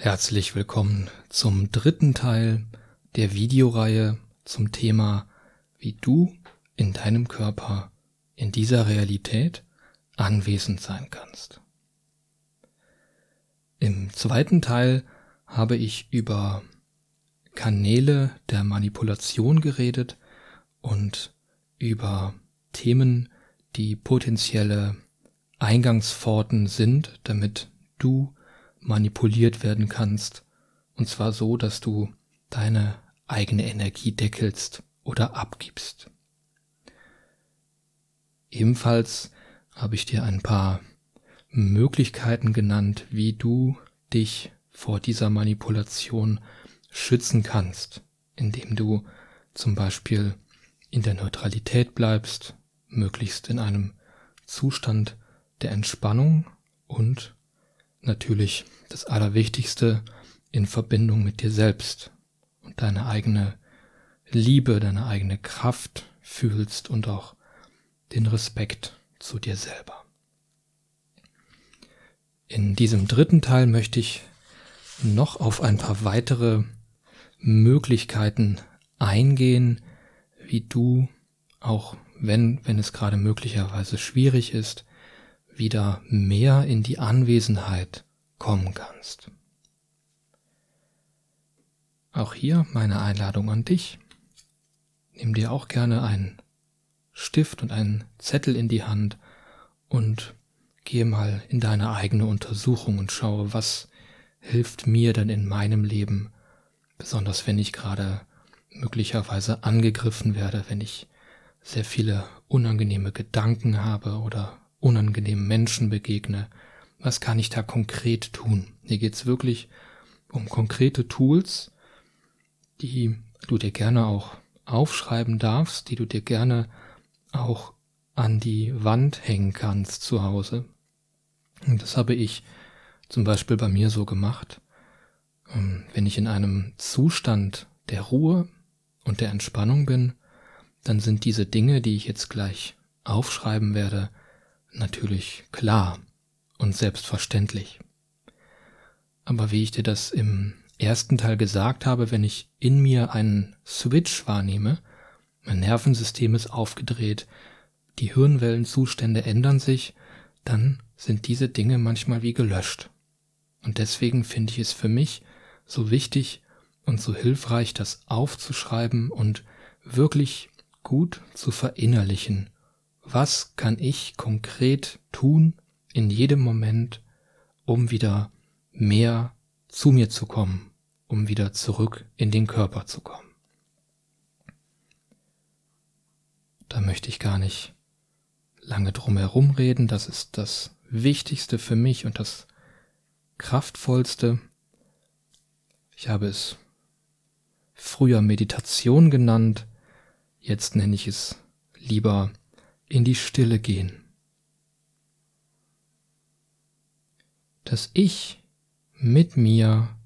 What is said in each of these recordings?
Herzlich willkommen zum dritten Teil der Videoreihe zum Thema, wie du in deinem Körper in dieser Realität anwesend sein kannst. Im zweiten Teil habe ich über Kanäle der Manipulation geredet und über Themen, die potenzielle Eingangspforten sind, damit du manipuliert werden kannst, und zwar so, dass du deine eigene Energie deckelst oder abgibst. Ebenfalls habe ich dir ein paar Möglichkeiten genannt, wie du dich vor dieser Manipulation schützen kannst, indem du zum Beispiel in der Neutralität bleibst, möglichst in einem Zustand der Entspannung und natürlich das Allerwichtigste in Verbindung mit dir selbst und deine eigene Liebe, deine eigene Kraft fühlst und auch den Respekt zu dir selber. In diesem dritten Teil möchte ich noch auf ein paar weitere Möglichkeiten eingehen, wie du, auch wenn es gerade möglicherweise schwierig ist, wieder mehr in die Anwesenheit kommen kannst. Auch hier meine Einladung an dich. Nimm dir auch gerne einen Stift und einen Zettel in die Hand und gehe mal in deine eigene Untersuchung und schaue, was hilft mir denn in meinem Leben, besonders wenn ich gerade möglicherweise angegriffen werde, wenn ich sehr viele unangenehme Gedanken habe oder unangenehmen Menschen begegne. Was kann ich da konkret tun? Hier geht es wirklich um konkrete Tools, die du dir gerne auch aufschreiben darfst, die du dir gerne auch an die Wand hängen kannst zu Hause. Und das habe ich zum Beispiel bei mir so gemacht. Wenn ich in einem Zustand der Ruhe und der Entspannung bin, dann sind diese Dinge, die ich jetzt gleich aufschreiben werde, natürlich klar und selbstverständlich. Aber wie ich dir das im ersten Teil gesagt habe, wenn ich in mir einen Switch wahrnehme, mein Nervensystem ist aufgedreht, die Hirnwellenzustände ändern sich, dann sind diese Dinge manchmal wie gelöscht. Und deswegen finde ich es für mich so wichtig und so hilfreich, das aufzuschreiben und wirklich gut zu verinnerlichen. Was kann ich konkret tun in jedem Moment, um wieder mehr zu mir zu kommen, um wieder zurück in den Körper zu kommen? Da möchte ich gar nicht lange drum herum reden. Das ist das Wichtigste für mich und das Kraftvollste. Ich habe es früher Meditation genannt, jetzt nenne ich es lieber in die Stille gehen. Dass ich mit mir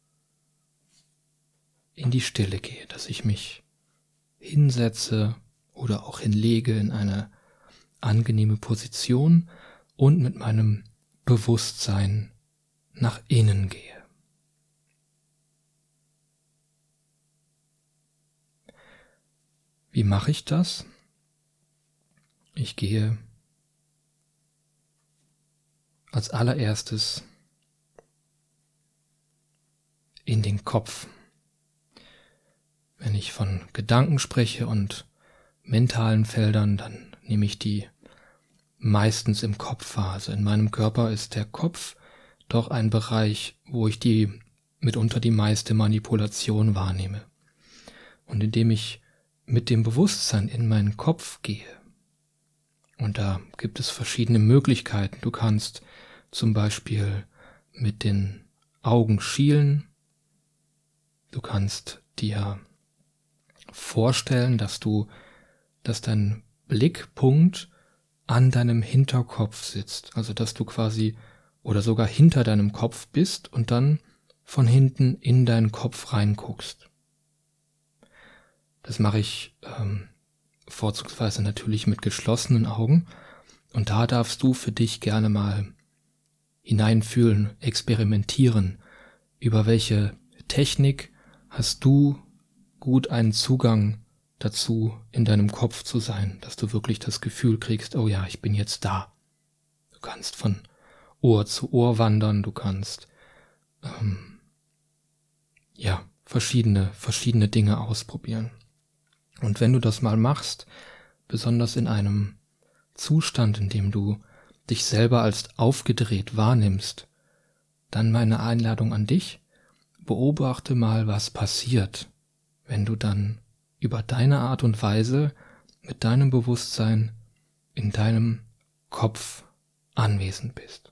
in die Stille gehe, dass ich mich hinsetze oder auch hinlege in eine angenehme Position und mit meinem Bewusstsein nach innen gehe. Wie mache ich das? Ich gehe als allererstes in den Kopf. Wenn ich von Gedanken spreche und mentalen Feldern, dann nehme ich die meistens im Kopf wahr. Also in meinem Körper ist der Kopf doch ein Bereich, wo ich mitunter die meiste Manipulation wahrnehme. Und indem ich mit dem Bewusstsein in meinen Kopf gehe, und da gibt es verschiedene Möglichkeiten. Du kannst zum Beispiel mit den Augen schielen. Du kannst dir vorstellen, dass dein Blickpunkt an deinem Hinterkopf sitzt. Also dass du quasi oder sogar hinter deinem Kopf bist und dann von hinten in deinen Kopf reinguckst. Das mache ich vorzugsweise natürlich mit geschlossenen Augen. Und da darfst du für dich gerne mal hineinfühlen, experimentieren, über welche Technik hast du gut einen Zugang dazu, in deinem Kopf zu sein, dass du wirklich das Gefühl kriegst, oh ja, ich bin jetzt da. Du kannst von Ohr zu Ohr wandern, du kannst verschiedene Dinge ausprobieren. Und wenn du das mal machst, besonders in einem Zustand, in dem du dich selber als aufgedreht wahrnimmst, dann meine Einladung an dich, beobachte mal, was passiert, wenn du dann über deine Art und Weise mit deinem Bewusstsein in deinem Kopf anwesend bist.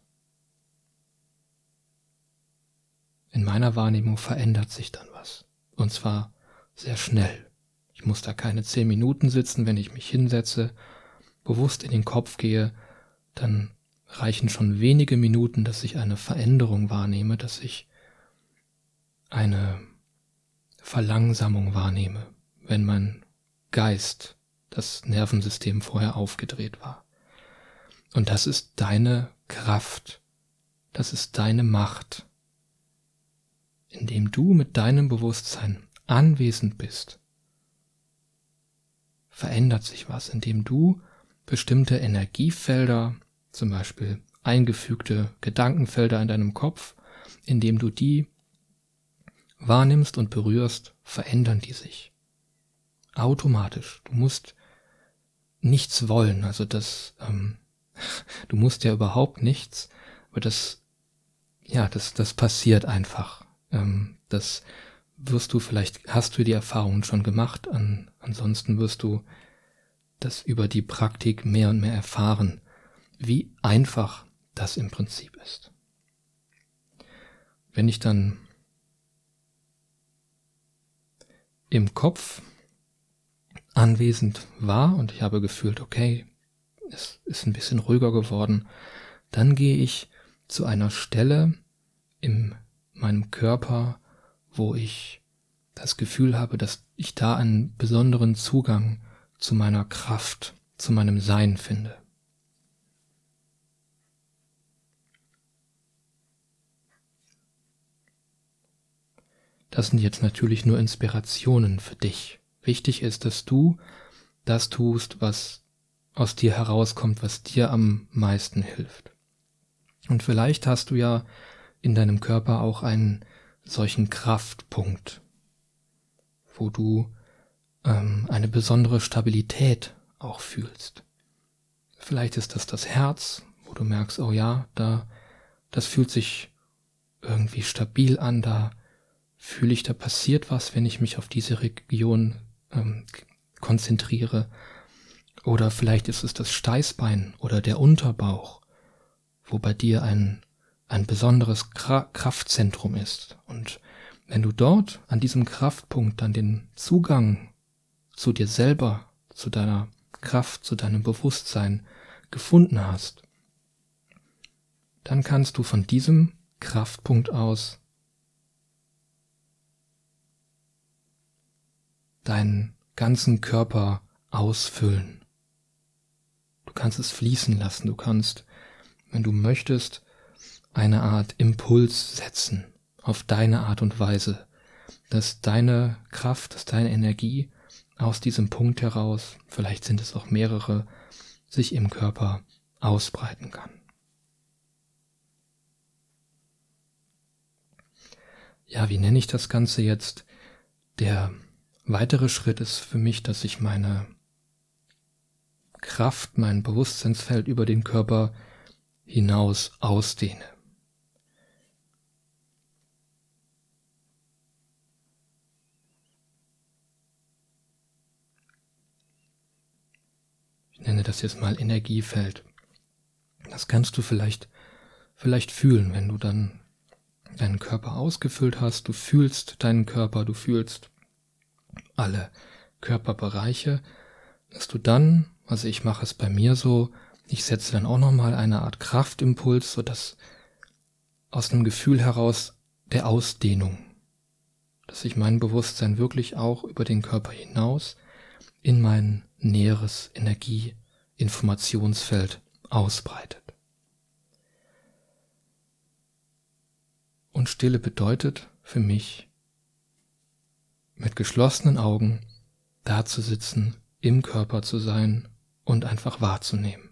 In meiner Wahrnehmung verändert sich dann was. Und zwar sehr schnell. Ich muss da keine 10 Minuten sitzen, wenn ich mich hinsetze, bewusst in den Kopf gehe, dann reichen schon wenige Minuten, dass ich eine Veränderung wahrnehme, dass ich eine Verlangsamung wahrnehme, wenn mein Geist, das Nervensystem vorher aufgedreht war. Und das ist deine Kraft, das ist deine Macht, indem du mit deinem Bewusstsein anwesend bist, verändert sich was, indem du bestimmte Energiefelder, zum Beispiel eingefügte Gedankenfelder in deinem Kopf, indem du die wahrnimmst und berührst, verändern die sich. Automatisch. Du musst nichts wollen, also du musst ja überhaupt nichts, aber das passiert einfach. Das wirst du vielleicht, hast du die Erfahrungen schon gemacht, ansonsten wirst du das über die Praktik mehr und mehr erfahren, wie einfach das im Prinzip ist. Wenn ich dann im Kopf anwesend war und ich habe gefühlt, okay, es ist ein bisschen ruhiger geworden, dann gehe ich zu einer Stelle in meinem Körper, wo ich das Gefühl habe, dass ich da einen besonderen Zugang zu meiner Kraft, zu meinem Sein finde. Das sind jetzt natürlich nur Inspirationen für dich. Wichtig ist, dass du das tust, was aus dir herauskommt, was dir am meisten hilft. Und vielleicht hast du ja in deinem Körper auch einen solchen Kraftpunkt, wo du eine besondere Stabilität auch fühlst. Vielleicht ist das Herz, wo du merkst, oh ja, das fühlt sich irgendwie stabil an, da fühle ich, da passiert was, wenn ich mich auf diese Region konzentriere. Oder vielleicht ist es das Steißbein oder der Unterbauch, wo bei dir ein besonderes Kraftzentrum ist. Und wenn du dort an diesem Kraftpunkt dann den Zugang zu dir selber, zu deiner Kraft, zu deinem Bewusstsein gefunden hast, dann kannst du von diesem Kraftpunkt aus deinen ganzen Körper ausfüllen. Du kannst es fließen lassen, du kannst, wenn du möchtest, eine Art Impuls setzen auf deine Art und Weise, dass deine Kraft, dass deine Energie aus diesem Punkt heraus, vielleicht sind es auch mehrere, sich im Körper ausbreiten kann. Ja, wie nenne ich das Ganze jetzt? Der weitere Schritt ist für mich, dass ich meine Kraft, mein Bewusstseinsfeld über den Körper hinaus ausdehne. Ich nenne das jetzt mal Energiefeld. Das kannst du vielleicht fühlen, wenn du dann deinen Körper ausgefüllt hast. Du fühlst deinen Körper, du fühlst alle Körperbereiche, dass du dann, also ich mache es bei mir so, ich setze dann auch nochmal eine Art Kraftimpuls, sodass aus einem Gefühl heraus der Ausdehnung, dass sich mein Bewusstsein wirklich auch über den Körper hinaus in mein näheres Energie-Informationsfeld ausbreitet. Und Stille bedeutet für mich, mit geschlossenen Augen da zu sitzen, im Körper zu sein und einfach wahrzunehmen.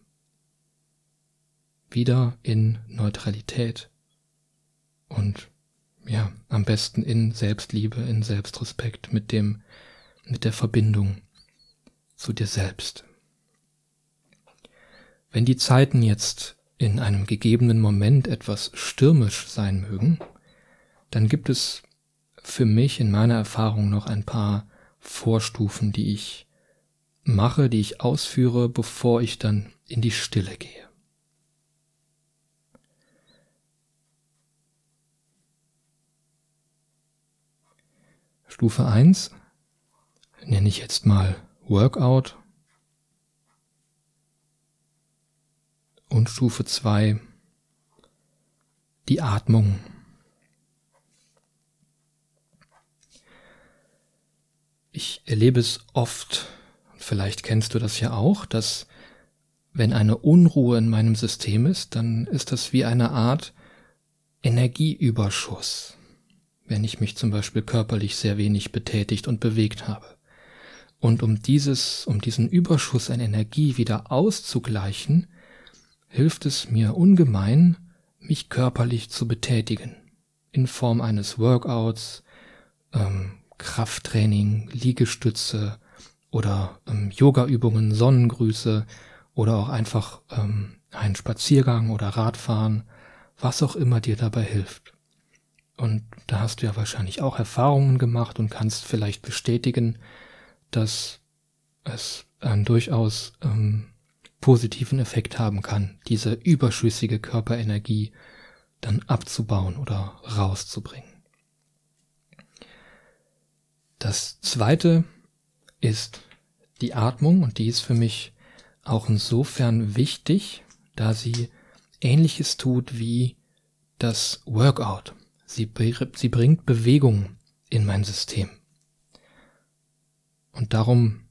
Wieder in Neutralität und ja, am besten in Selbstliebe, in Selbstrespekt, mit der Verbindung zu dir selbst. Wenn die Zeiten jetzt in einem gegebenen Moment etwas stürmisch sein mögen, dann gibt es für mich in meiner Erfahrung noch ein paar Vorstufen, die ich mache, die ich ausführe, bevor ich dann in die Stille gehe. Stufe 1 nenne ich jetzt mal Workout und Stufe 2 die Atmung. Ich erlebe es oft, vielleicht kennst du das ja auch, dass wenn eine Unruhe in meinem System ist, dann ist das wie eine Art Energieüberschuss, wenn ich mich zum Beispiel körperlich sehr wenig betätigt und bewegt habe. Und um diesen Überschuss an Energie wieder auszugleichen, hilft es mir ungemein, mich körperlich zu betätigen. In Form eines Workouts, Krafttraining, Liegestütze oder Yoga-Übungen, Sonnengrüße oder auch einfach einen Spaziergang oder Radfahren, was auch immer dir dabei hilft. Und da hast du ja wahrscheinlich auch Erfahrungen gemacht und kannst vielleicht bestätigen, dass es einen durchaus positiven Effekt haben kann, diese überschüssige Körperenergie dann abzubauen oder rauszubringen. Das zweite ist die Atmung und die ist für mich auch insofern wichtig, da sie Ähnliches tut wie das Workout. Sie bringt Bewegung in mein System. Und darum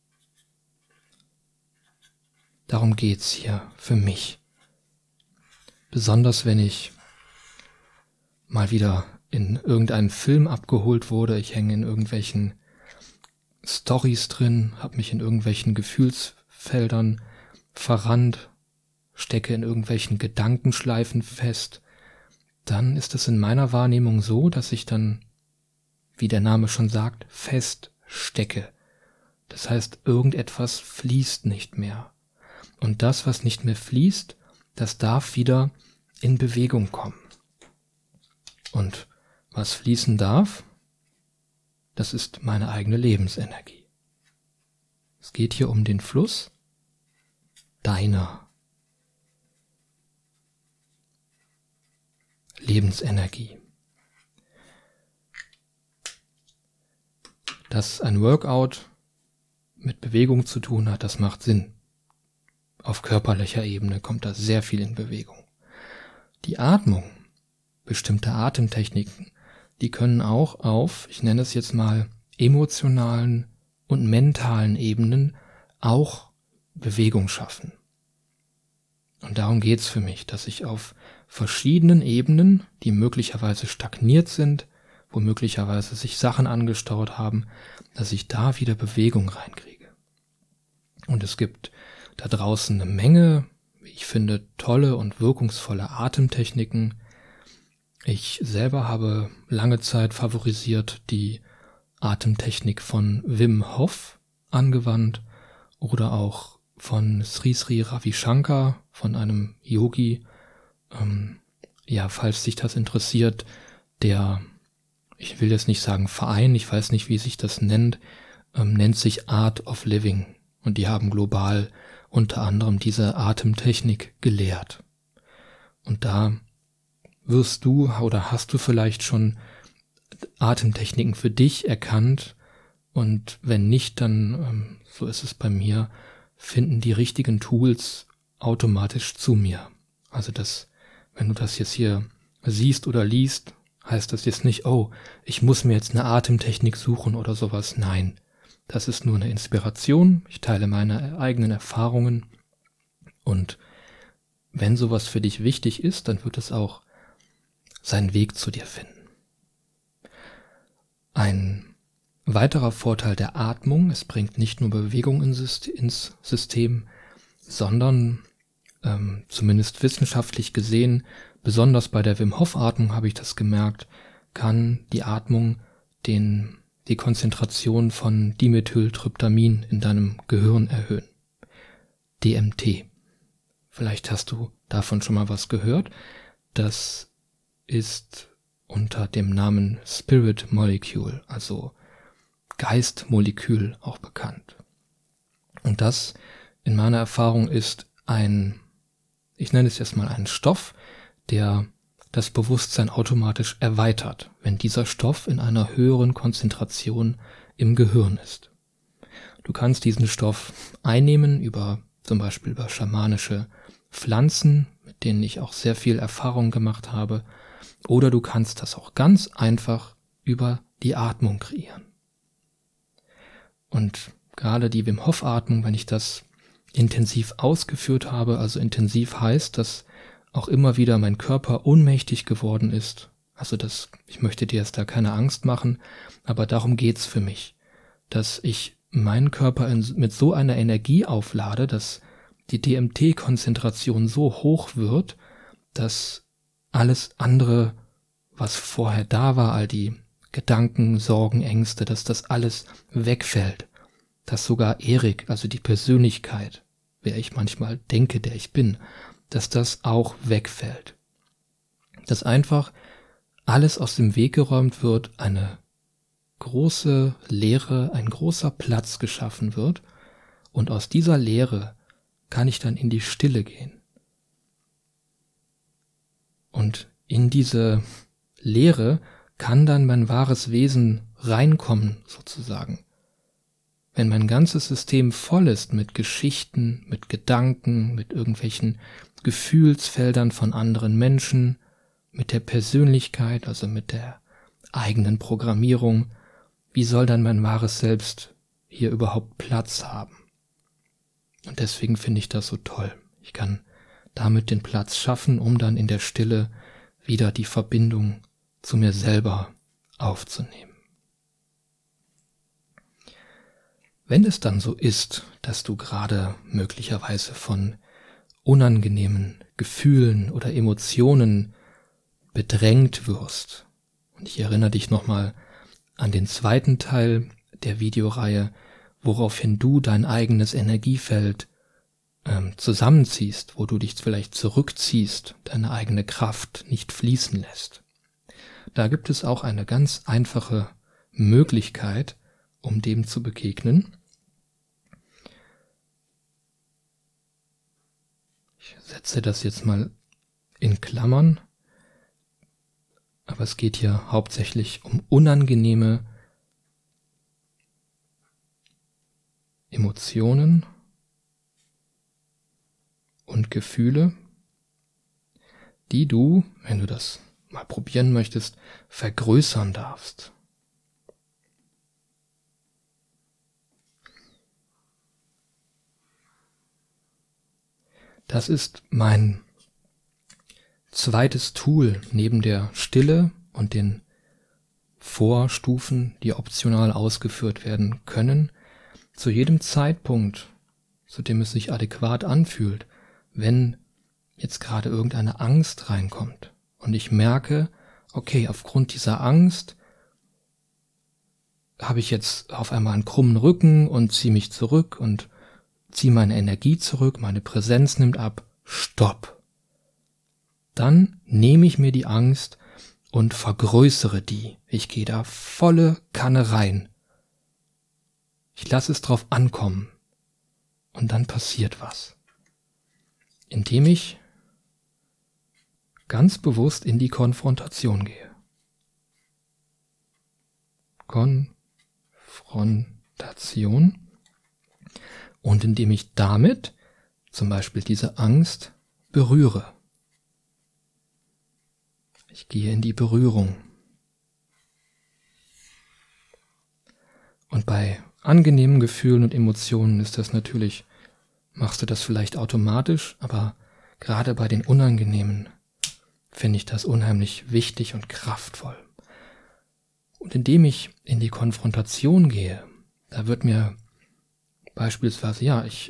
geht's hier für mich. Besonders wenn ich mal wieder in irgendeinen Film abgeholt wurde, ich hänge in irgendwelchen Storys drin, habe mich in irgendwelchen Gefühlsfeldern verrannt, stecke in irgendwelchen Gedankenschleifen fest, dann ist es in meiner Wahrnehmung so, dass ich dann, wie der Name schon sagt, feststecke. Das heißt, irgendetwas fließt nicht mehr. Und das, was nicht mehr fließt, das darf wieder in Bewegung kommen. Und was fließen darf, das ist meine eigene Lebensenergie. Es geht hier um den Fluss deiner Lebensenergie. Dass ein Workout mit Bewegung zu tun hat, das macht Sinn. Auf körperlicher Ebene kommt da sehr viel in Bewegung. Die Atmung, bestimmte Atemtechniken, die können auch auf, ich nenne es jetzt mal, emotionalen und mentalen Ebenen auch Bewegung schaffen. Und darum geht's für mich, dass ich auf verschiedenen Ebenen, die möglicherweise stagniert sind, wo möglicherweise sich Sachen angestaut haben, dass ich da wieder Bewegung reinkriege. Und es gibt da draußen eine Menge, wie ich finde, tolle und wirkungsvolle Atemtechniken. Ich selber habe lange Zeit favorisiert die Atemtechnik von Wim Hof angewandt oder auch von Sri Sri Ravi Shankar, von einem Yogi. Falls dich das interessiert, ich will jetzt nicht sagen Verein, ich weiß nicht, wie sich das nennt sich Art of Living. Und die haben global unter anderem diese Atemtechnik gelehrt. Und da wirst du oder hast du vielleicht schon Atemtechniken für dich erkannt. Und wenn nicht, dann, so ist es bei mir, finden die richtigen Tools automatisch zu mir. Also wenn du das jetzt hier siehst oder liest, heißt das jetzt nicht, oh, ich muss mir jetzt eine Atemtechnik suchen oder sowas. Nein, das ist nur eine Inspiration. Ich teile meine eigenen Erfahrungen. Und wenn sowas für dich wichtig ist, dann wird es auch seinen Weg zu dir finden. Ein weiterer Vorteil der Atmung: Es bringt nicht nur Bewegung ins System, sondern zumindest wissenschaftlich gesehen, besonders bei der Wim Hof Atmung habe ich das gemerkt, kann die Atmung die Konzentration von Dimethyltryptamin in deinem Gehirn erhöhen. DMT. Vielleicht hast du davon schon mal was gehört. Das ist unter dem Namen Spirit Molecule, also Geistmolekül, auch bekannt. Und das in meiner Erfahrung ist ich nenne es jetzt mal einen Stoff, der das Bewusstsein automatisch erweitert, wenn dieser Stoff in einer höheren Konzentration im Gehirn ist. Du kannst diesen Stoff einnehmen zum Beispiel über schamanische Pflanzen, mit denen ich auch sehr viel Erfahrung gemacht habe, oder du kannst das auch ganz einfach über die Atmung kreieren. Und gerade die Wim Hof Atmung, wenn ich das intensiv ausgeführt habe, also intensiv heißt, dass auch immer wieder mein Körper ohnmächtig geworden ist. Also ich möchte dir jetzt da keine Angst machen, aber darum geht's für mich, dass ich meinen Körper mit so einer Energie auflade, dass die DMT-Konzentration so hoch wird, dass alles andere, was vorher da war, all die Gedanken, Sorgen, Ängste, dass das alles wegfällt. Dass sogar Erik, also die Persönlichkeit, wer ich manchmal denke, der ich bin, dass das auch wegfällt. Dass einfach alles aus dem Weg geräumt wird, eine große Leere, ein großer Platz geschaffen wird, und aus dieser Leere kann ich dann in die Stille gehen. Und in diese Leere kann dann mein wahres Wesen reinkommen, sozusagen. Wenn mein ganzes System voll ist mit Geschichten, mit Gedanken, mit irgendwelchen Gefühlsfeldern von anderen Menschen, mit der Persönlichkeit, also mit der eigenen Programmierung, wie soll dann mein wahres Selbst hier überhaupt Platz haben? Und deswegen finde ich das so toll. Ich kann damit den Platz schaffen, um dann in der Stille wieder die Verbindung zu mir selber aufzunehmen. Wenn es dann so ist, dass du gerade möglicherweise von unangenehmen Gefühlen oder Emotionen bedrängt wirst, und ich erinnere dich nochmal an den zweiten Teil der Videoreihe, woraufhin du dein eigenes Energiefeld zusammenziehst, wo du dich vielleicht zurückziehst, deine eigene Kraft nicht fließen lässt. Da gibt es auch eine ganz einfache Möglichkeit, um dem zu begegnen. Ich setze das jetzt mal in Klammern, aber es geht hier hauptsächlich um unangenehme Emotionen und Gefühle, die du, wenn du das mal probieren möchtest, vergrößern darfst. Das ist mein zweites Tool neben der Stille und den Vorstufen, die optional ausgeführt werden können, zu jedem Zeitpunkt, zu dem es sich adäquat anfühlt, wenn jetzt gerade irgendeine Angst reinkommt und ich merke, okay, aufgrund dieser Angst habe ich jetzt auf einmal einen krummen Rücken und ziehe mich zurück und ziehe meine Energie zurück, meine Präsenz nimmt ab, stopp. Dann nehme ich mir die Angst und vergrößere die. Ich gehe da volle Kanne rein. Ich lasse es drauf ankommen. Und dann passiert was. Indem ich ganz bewusst in die Konfrontation gehe. Konfrontation. Und indem ich damit zum Beispiel diese Angst berühre. Ich gehe in die Berührung. Und bei angenehmen Gefühlen und Emotionen ist das natürlich, machst du das vielleicht automatisch, aber gerade bei den unangenehmen finde ich das unheimlich wichtig und kraftvoll. Und indem ich in die Konfrontation gehe, da wird mir beispielsweise,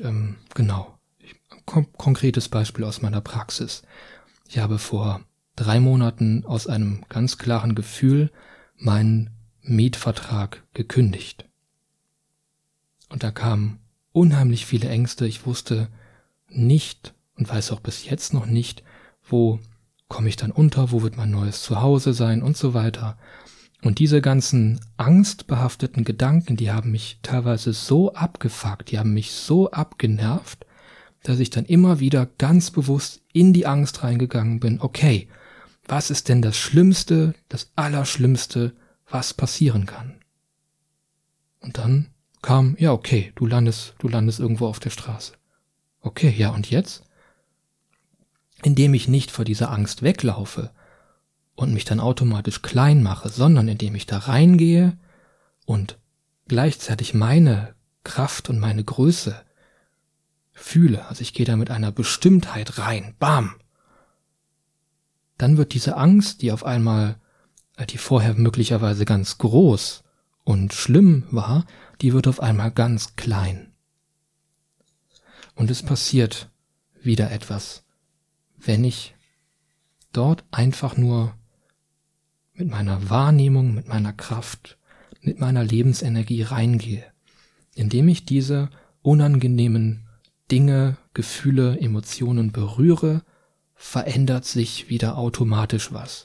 konkretes Beispiel aus meiner Praxis. Ich habe vor 3 Monaten aus einem ganz klaren Gefühl meinen Mietvertrag gekündigt. Und da kamen unheimlich viele Ängste. Ich wusste nicht und weiß auch bis jetzt noch nicht, wo komme ich dann unter, wo wird mein neues Zuhause sein und so weiter. Und diese ganzen angstbehafteten Gedanken, die haben mich teilweise so abgefuckt, die haben mich so abgenervt, dass ich dann immer wieder ganz bewusst in die Angst reingegangen bin. Okay, was ist denn das Schlimmste, das Allerschlimmste, was passieren kann? Und dann kam, ja okay, du landest irgendwo auf der Straße. Okay, ja und jetzt? Indem ich nicht vor dieser Angst weglaufe und mich dann automatisch klein mache, sondern indem ich da reingehe und gleichzeitig meine Kraft und meine Größe fühle, also ich gehe da mit einer Bestimmtheit rein, bam, dann wird diese Angst, die auf einmal, die vorher möglicherweise ganz groß und schlimm war, die wird auf einmal ganz klein. Und es passiert wieder etwas, wenn ich dort einfach nur mit meiner Wahrnehmung, mit meiner Kraft, mit meiner Lebensenergie reingehe, indem ich diese unangenehmen Dinge, Gefühle, Emotionen berühre, verändert sich wieder automatisch was.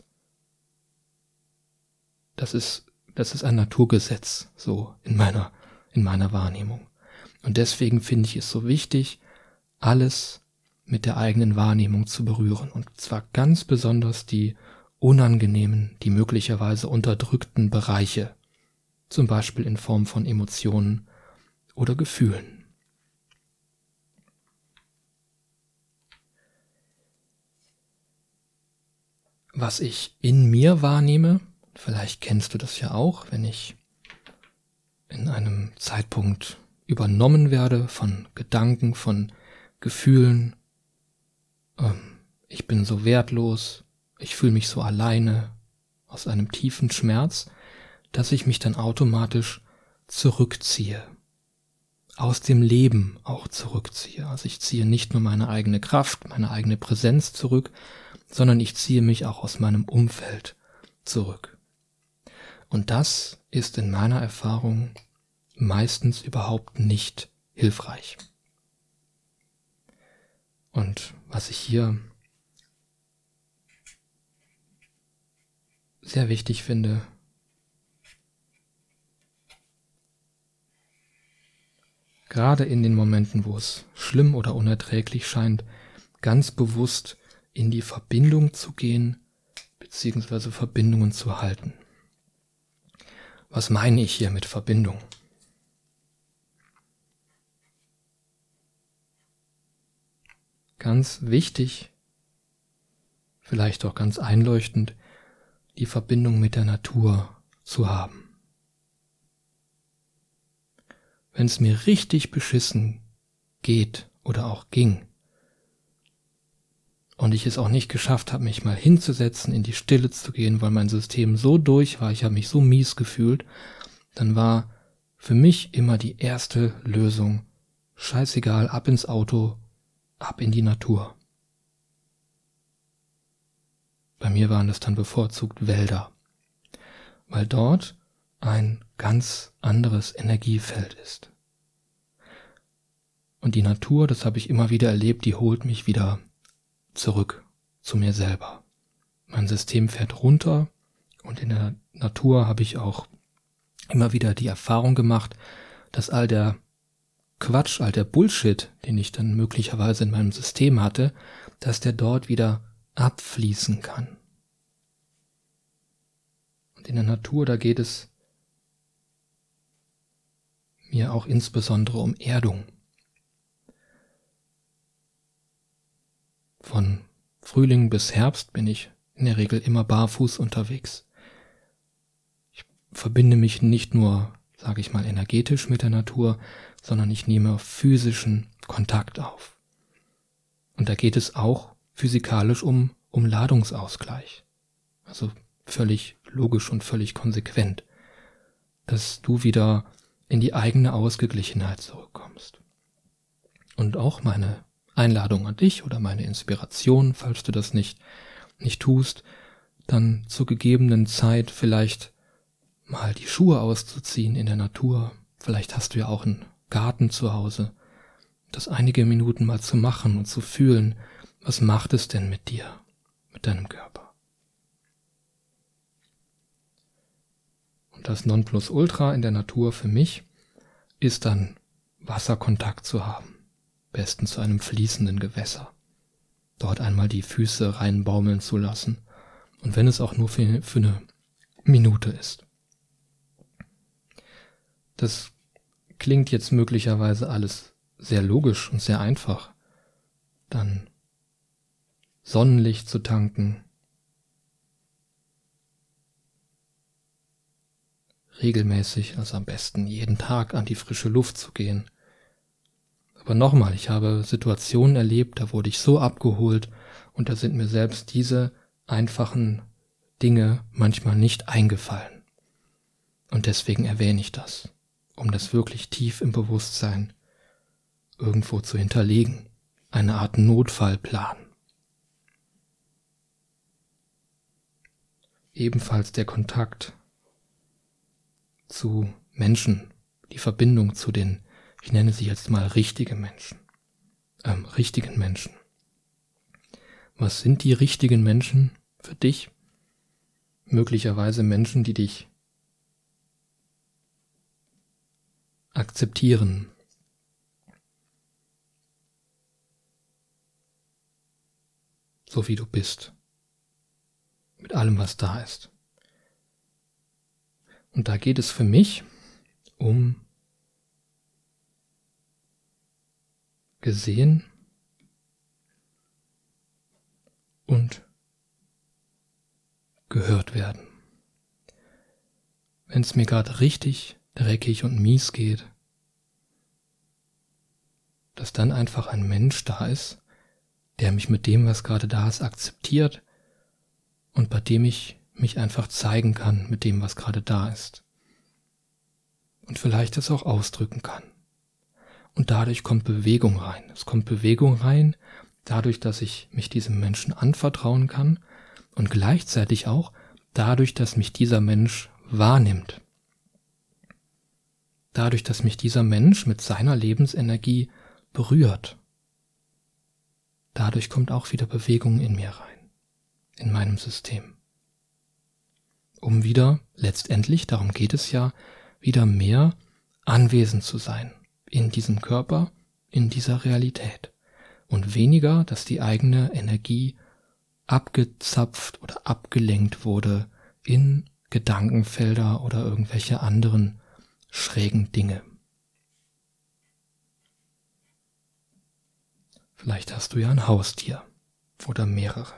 Das ist ein Naturgesetz, so in meiner Wahrnehmung. Und deswegen finde ich es so wichtig, alles mit der eigenen Wahrnehmung zu berühren. Und zwar ganz besonders die unangenehmen, die möglicherweise unterdrückten Bereiche, zum Beispiel in Form von Emotionen oder Gefühlen. Was ich in mir wahrnehme, vielleicht kennst du das ja auch, wenn ich in einem Zeitpunkt übernommen werde von Gedanken, von Gefühlen, ich bin so wertlos, ich fühle mich so alleine, aus einem tiefen Schmerz, dass ich mich dann automatisch zurückziehe, aus dem Leben auch zurückziehe. Also ich ziehe nicht nur meine eigene Kraft, meine eigene Präsenz zurück, sondern ich ziehe mich auch aus meinem Umfeld zurück. Und das ist in meiner Erfahrung meistens überhaupt nicht hilfreich. Und was ich hier sehr wichtig finde, gerade in den Momenten, wo es schlimm oder unerträglich scheint, ganz bewusst in die Verbindung zu gehen, beziehungsweise Verbindungen zu halten. Was meine ich hier mit Verbindung? Ganz wichtig, vielleicht auch ganz einleuchtend, die Verbindung mit der Natur zu haben. Wenn es mir richtig beschissen geht oder auch ging und ich es auch nicht geschafft habe, mich mal hinzusetzen, in die Stille zu gehen, weil mein System so durch war, ich habe mich so mies gefühlt, dann war für mich immer die erste Lösung, scheißegal, ab ins Auto, ab in die Natur. Bei mir waren es dann bevorzugt Wälder, weil dort ein ganz anderes Energiefeld ist. Und die Natur, das habe ich immer wieder erlebt, die holt mich wieder zurück zu mir selber. Mein System fährt runter und in der Natur habe ich auch immer wieder die Erfahrung gemacht, dass all der Quatsch, all der Bullshit, den ich dann möglicherweise in meinem System hatte, dass der dort wieder abfließen kann. Und in der Natur, da geht es mir auch insbesondere um Erdung. Von Frühling bis Herbst bin ich in der Regel immer barfuß unterwegs. Ich verbinde mich nicht nur, sage ich mal, energetisch mit der Natur, sondern ich nehme physischen Kontakt auf. Und da geht es auch physikalisch um um Ladungsausgleich. Also völlig logisch und völlig konsequent, dass du wieder in die eigene Ausgeglichenheit zurückkommst. Und auch meine Einladung an dich oder meine Inspiration, falls du das nicht tust, dann zur gegebenen Zeit vielleicht mal die Schuhe auszuziehen in der Natur. Vielleicht hast du ja auch einen Garten zu Hause. Das einige Minuten mal zu machen und zu fühlen, was macht es denn mit dir, mit deinem Körper. Und das Nonplusultra in der Natur für mich ist dann Wasserkontakt zu haben. Besten zu einem fließenden Gewässer. Dort einmal die Füße reinbaumeln zu lassen. Und wenn es auch nur für eine Minute ist. Das klingt jetzt möglicherweise alles sehr logisch und sehr einfach. Dann Sonnenlicht zu tanken, regelmäßig, also am besten jeden Tag an die frische Luft zu gehen. Aber nochmal, ich habe Situationen erlebt, da wurde ich so abgeholt und da sind mir selbst diese einfachen Dinge manchmal nicht eingefallen. Und deswegen erwähne ich das, um das wirklich tief im Bewusstsein irgendwo zu hinterlegen. Eine Art Notfallplan. Ebenfalls der Kontakt zu Menschen, die Verbindung zu den, ich nenne sie jetzt mal richtigen Menschen. Was sind die richtigen Menschen für dich? Möglicherweise Menschen, die dich akzeptieren, so wie du bist, mit allem, was da ist. Und da geht es für mich um gesehen und gehört werden. Wenn es mir gerade richtig dreckig und mies geht, dass dann einfach ein Mensch da ist, der mich mit dem, was gerade da ist, akzeptiert und bei dem ich mich einfach zeigen kann mit dem, was gerade da ist. Und vielleicht das auch ausdrücken kann. Und dadurch kommt Bewegung rein. Es kommt Bewegung rein, dadurch, dass ich mich diesem Menschen anvertrauen kann und gleichzeitig auch dadurch, dass mich dieser Mensch wahrnimmt. Dadurch, dass mich dieser Mensch mit seiner Lebensenergie berührt. Dadurch kommt auch wieder Bewegung in mir rein, in meinem System. Um wieder, letztendlich, darum geht es ja, wieder mehr anwesend zu sein in diesem Körper, in dieser Realität. Und weniger, dass die eigene Energie abgezapft oder abgelenkt wurde in Gedankenfelder oder irgendwelche anderen schrägen Dinge. Vielleicht hast du ja ein Haustier oder mehrere.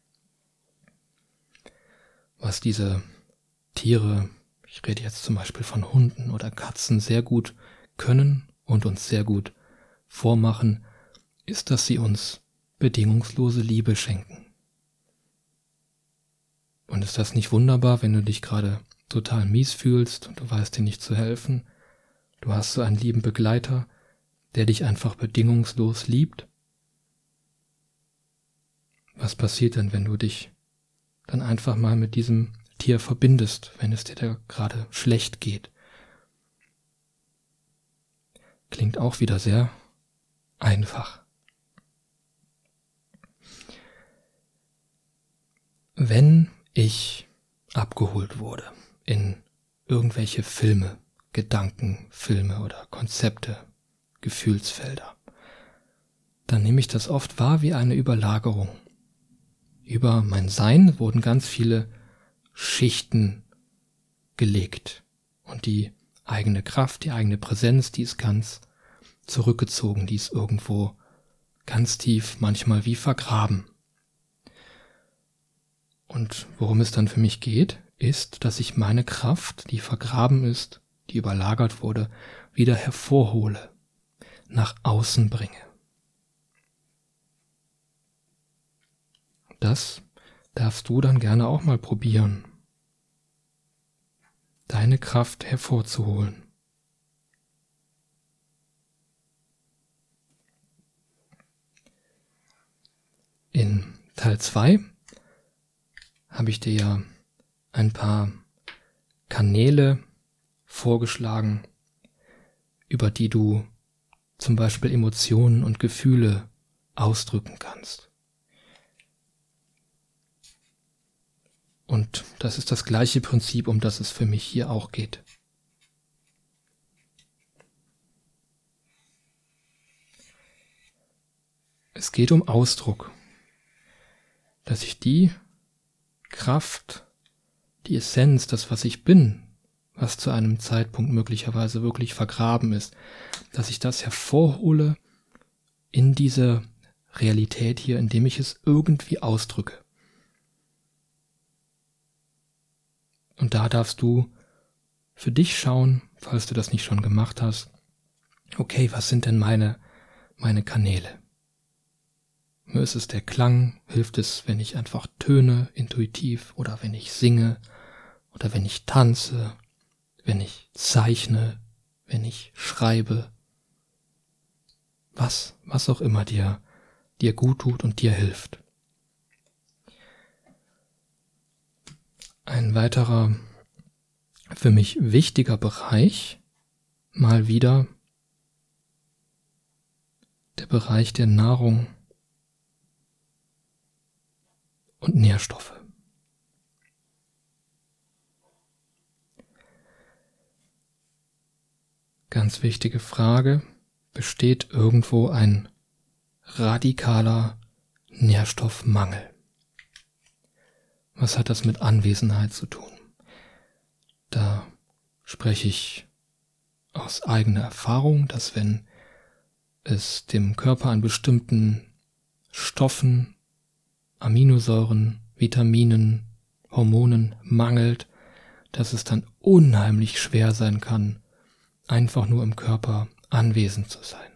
Was diese Tiere, ich rede jetzt zum Beispiel von Hunden oder Katzen, sehr gut können und uns sehr gut vormachen, ist, dass sie uns bedingungslose Liebe schenken. Und ist das nicht wunderbar, wenn du dich gerade total mies fühlst und du weißt dir nicht zu helfen? Du hast so einen lieben Begleiter, der dich einfach bedingungslos liebt. Was passiert denn, wenn du dich dann einfach mal mit diesem Tier verbindest, wenn es dir da gerade schlecht geht? Klingt auch wieder sehr einfach. Wenn ich abgeholt wurde in irgendwelche Filme, Gedankenfilme oder Konzepte, Gefühlsfelder, dann nehme ich das oft wahr wie eine Überlagerung. Über mein Sein wurden ganz viele Schichten gelegt und die eigene Kraft, die eigene Präsenz, die ist ganz zurückgezogen, die ist irgendwo ganz tief, manchmal wie vergraben. Und worum es dann für mich geht, ist, dass ich meine Kraft, die vergraben ist, die überlagert wurde, wieder hervorhole, nach außen bringe. Das darfst du dann gerne auch mal probieren, deine Kraft hervorzuholen. In Teil 2 habe ich dir ja ein paar Kanäle vorgeschlagen, über die du zum Beispiel Emotionen und Gefühle ausdrücken kannst. Und das ist das gleiche Prinzip, um das es für mich hier auch geht. Es geht um Ausdruck, dass ich die Kraft, die Essenz, das, was ich bin, was zu einem Zeitpunkt möglicherweise wirklich vergraben ist, dass ich das hervorhole in diese Realität hier, indem ich es irgendwie ausdrücke. Und da darfst du für dich schauen, falls du das nicht schon gemacht hast, okay, was sind denn meine Kanäle? Mir ist es der Klang, hilft es, wenn ich einfach töne, intuitiv, oder wenn ich singe, oder wenn ich tanze, wenn ich zeichne, wenn ich schreibe, was auch immer dir gut tut und dir hilft. Ein weiterer für mich wichtiger Bereich, mal wieder der Bereich der Nahrung und Nährstoffe. Ganz wichtige Frage, besteht irgendwo ein radikaler Nährstoffmangel? Was hat das mit Anwesenheit zu tun? Da spreche ich aus eigener Erfahrung, dass wenn es dem Körper an bestimmten Stoffen, Aminosäuren, Vitaminen, Hormonen mangelt, dass es dann unheimlich schwer sein kann, einfach nur im Körper anwesend zu sein.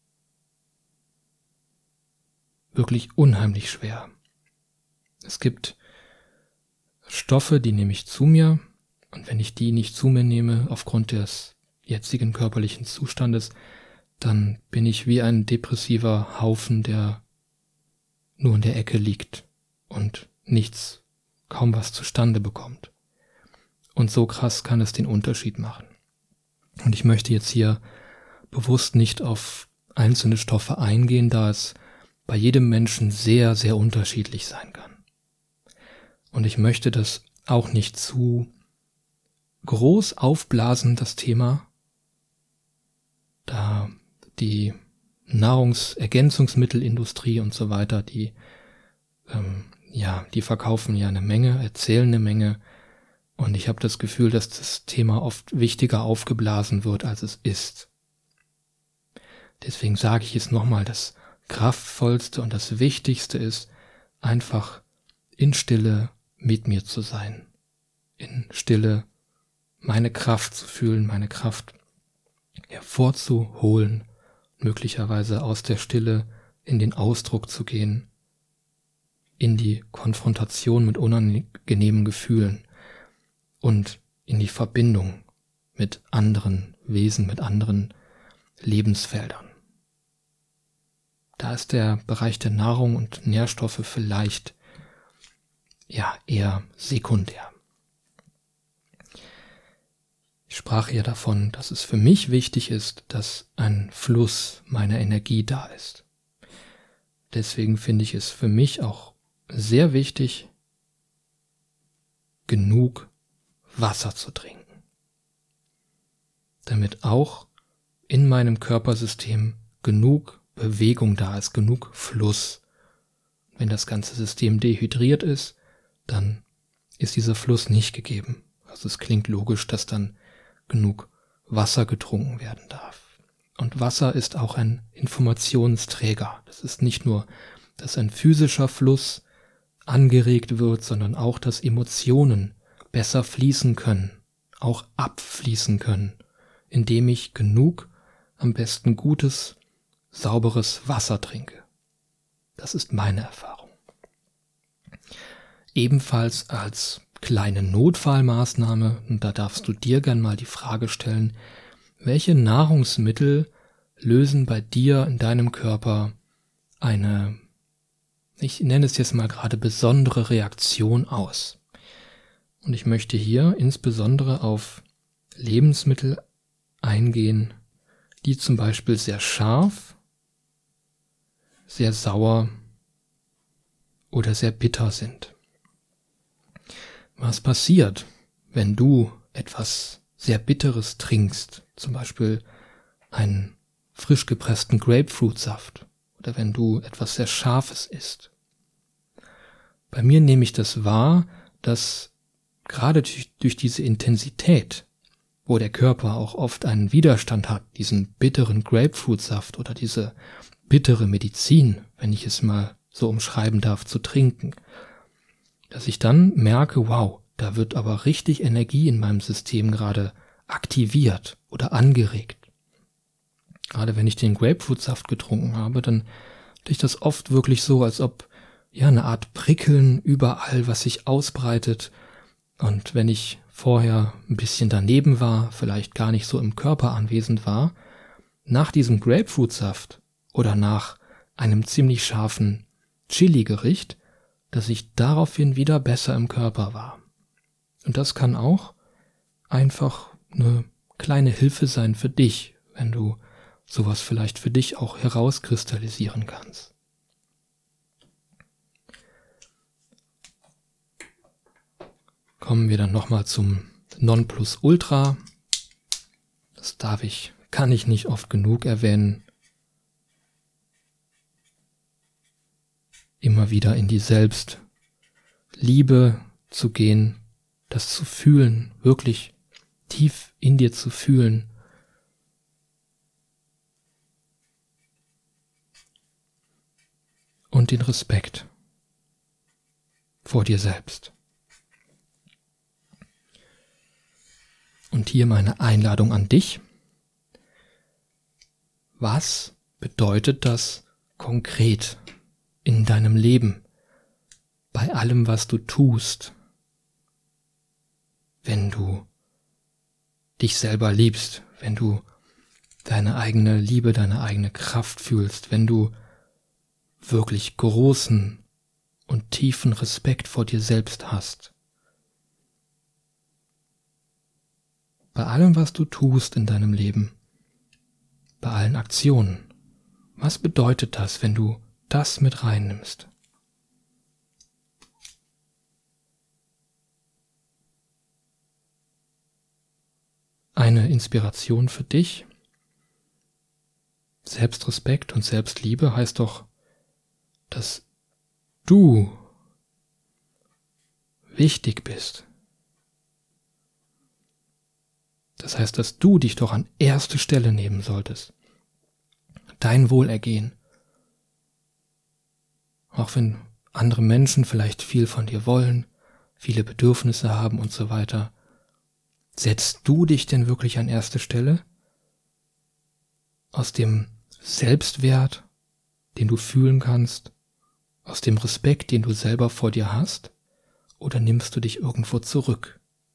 Wirklich unheimlich schwer. Es gibt Stoffe, die nehme ich zu mir, und wenn ich die nicht zu mir nehme, aufgrund des jetzigen körperlichen Zustandes, dann bin ich wie ein depressiver Haufen, der nur in der Ecke liegt und kaum was zustande bekommt. Und so krass kann es den Unterschied machen. Und ich möchte jetzt hier bewusst nicht auf einzelne Stoffe eingehen, da es bei jedem Menschen sehr, sehr unterschiedlich sein kann. Und ich möchte das auch nicht zu groß aufblasen, das Thema, da die Nahrungsergänzungsmittelindustrie und so weiter, die verkaufen ja eine Menge, erzählen eine Menge, und ich habe das Gefühl, dass das Thema oft wichtiger aufgeblasen wird, als es ist. Deswegen sage ich es nochmal, das Kraftvollste und das Wichtigste ist, einfach in Stille mit mir zu sein, in Stille meine Kraft zu fühlen, meine Kraft hervorzuholen, möglicherweise aus der Stille in den Ausdruck zu gehen, in die Konfrontation mit unangenehmen Gefühlen und in die Verbindung mit anderen Wesen, mit anderen Lebensfeldern. Da ist der Bereich der Nahrung und Nährstoffe vielleicht eher sekundär. Ich sprach ja davon, dass es für mich wichtig ist, dass ein Fluss meiner Energie da ist. Deswegen finde ich es für mich auch sehr wichtig, genug Wasser zu trinken, damit auch in meinem Körpersystem genug Bewegung da ist, genug Fluss. Wenn das ganze System dehydriert ist, dann ist dieser Fluss nicht gegeben. Also es klingt logisch, dass dann genug Wasser getrunken werden darf. Und Wasser ist auch ein Informationsträger. Das ist nicht nur, dass ein physischer Fluss angeregt wird, sondern auch, dass Emotionen besser fließen können, auch abfließen können, indem ich genug, am besten gutes, sauberes Wasser trinke. Das ist meine Erfahrung. ebenfalls als kleine Notfallmaßnahme, und da darfst du dir gern mal die Frage stellen, welche Nahrungsmittel lösen bei dir in deinem Körper eine, ich nenne es jetzt mal gerade, besondere Reaktion aus. Und ich möchte hier insbesondere auf Lebensmittel eingehen, die zum Beispiel sehr scharf, sehr sauer oder sehr bitter sind. Was passiert, wenn du etwas sehr Bitteres trinkst, zum Beispiel einen frisch gepressten Grapefruitsaft, oder wenn du etwas sehr Scharfes isst? Bei mir nehme ich das wahr, dass gerade durch diese Intensität, wo der Körper auch oft einen Widerstand hat, diesen bitteren Grapefruitsaft oder diese bittere Medizin, wenn ich es mal so umschreiben darf, zu trinken, dass ich dann merke, wow, da wird aber richtig Energie in meinem System gerade aktiviert oder angeregt. Gerade wenn ich den Grapefruitsaft getrunken habe, dann hatte ich das oft wirklich so, als ob ja eine Art Prickeln überall, was sich ausbreitet. Und wenn ich vorher ein bisschen daneben war, vielleicht gar nicht so im Körper anwesend war, nach diesem Grapefruitsaft oder nach einem ziemlich scharfen Chili-Gericht, dass ich daraufhin wieder besser im Körper war. Und das kann auch einfach eine kleine Hilfe sein für dich, wenn du sowas vielleicht für dich auch herauskristallisieren kannst. Kommen wir dann nochmal zum Nonplusultra. Das kann ich nicht oft genug erwähnen. Immer wieder in die Selbstliebe zu gehen, das zu fühlen, wirklich tief in dir zu fühlen. Und den Respekt vor dir selbst. Und hier meine Einladung an dich. Was bedeutet das konkret in deinem Leben, bei allem, was du tust, wenn du dich selber liebst, wenn du deine eigene Liebe, deine eigene Kraft fühlst, wenn du wirklich großen und tiefen Respekt vor dir selbst hast? Bei allem, was du tust in deinem Leben, bei allen Aktionen, was bedeutet das, wenn du das mit reinnimmst? Eine Inspiration für dich. Selbstrespekt und Selbstliebe heißt doch, dass du wichtig bist. Das heißt, dass du dich doch an erste Stelle nehmen solltest. Dein Wohlergehen. Auch wenn andere Menschen vielleicht viel von dir wollen, viele Bedürfnisse haben und so weiter. Setzt du dich denn wirklich an erste Stelle? Aus dem Selbstwert, den du fühlen kannst, aus dem Respekt, den du selber vor dir hast, oder nimmst du dich irgendwo zurück?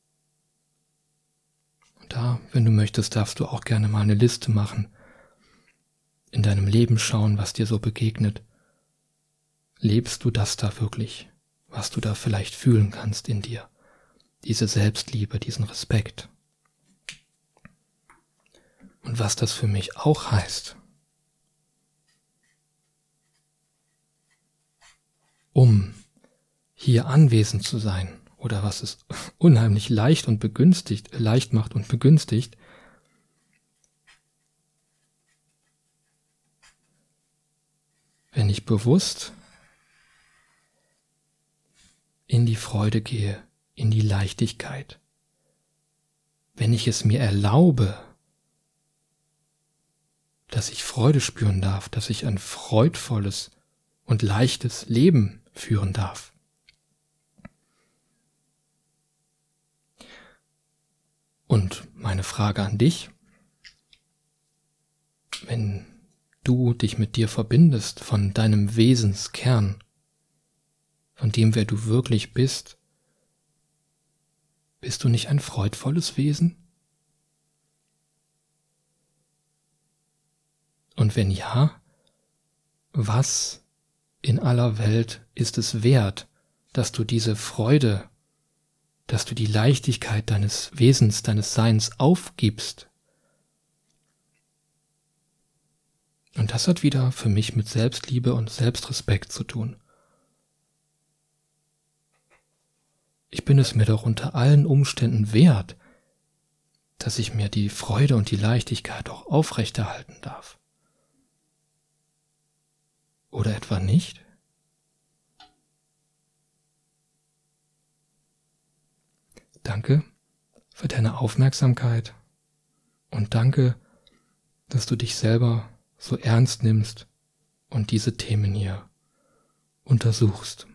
Und da, wenn du möchtest, darfst du auch gerne mal eine Liste machen, in deinem Leben schauen, was dir so begegnet. Lebst du das da wirklich, was du da vielleicht fühlen kannst in dir? Diese Selbstliebe, diesen Respekt. Und was das für mich auch heißt, um hier anwesend zu sein, oder was es unheimlich leicht macht und begünstigt, wenn ich bewusst in die Freude gehe, in die Leichtigkeit, wenn ich es mir erlaube, dass ich Freude spüren darf, dass ich ein freudvolles und leichtes Leben führen darf. Und meine Frage an dich, wenn du dich mit dir verbindest von deinem Wesenskern, von dem, wer du wirklich bist? Bist du nicht ein freudvolles Wesen? Und wenn ja, was in aller Welt ist es wert, dass du diese Freude, dass du die Leichtigkeit deines Wesens, deines Seins aufgibst? Und das hat wieder für mich mit Selbstliebe und Selbstrespekt zu tun. Ich bin es mir doch unter allen Umständen wert, dass ich mir die Freude und die Leichtigkeit auch aufrechterhalten darf. Oder etwa nicht? Danke für deine Aufmerksamkeit und danke, dass du dich selber so ernst nimmst und diese Themen hier untersuchst.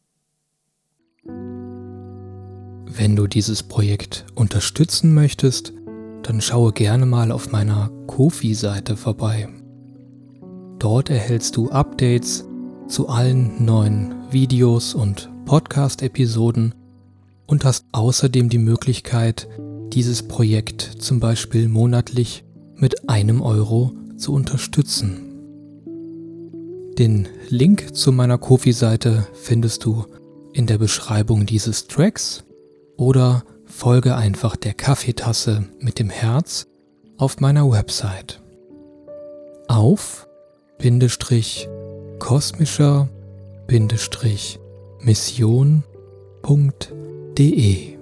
Wenn du dieses Projekt unterstützen möchtest, dann schaue gerne mal auf meiner Ko-fi-Seite vorbei. Dort erhältst du Updates zu allen neuen Videos und Podcast-Episoden und hast außerdem die Möglichkeit, dieses Projekt zum Beispiel monatlich mit 1 Euro zu unterstützen. Den Link zu meiner Ko-fi-Seite findest du in der Beschreibung dieses Tracks oder folge einfach der Kaffeetasse mit dem Herz auf meiner Website auf _kosmischer_mission.de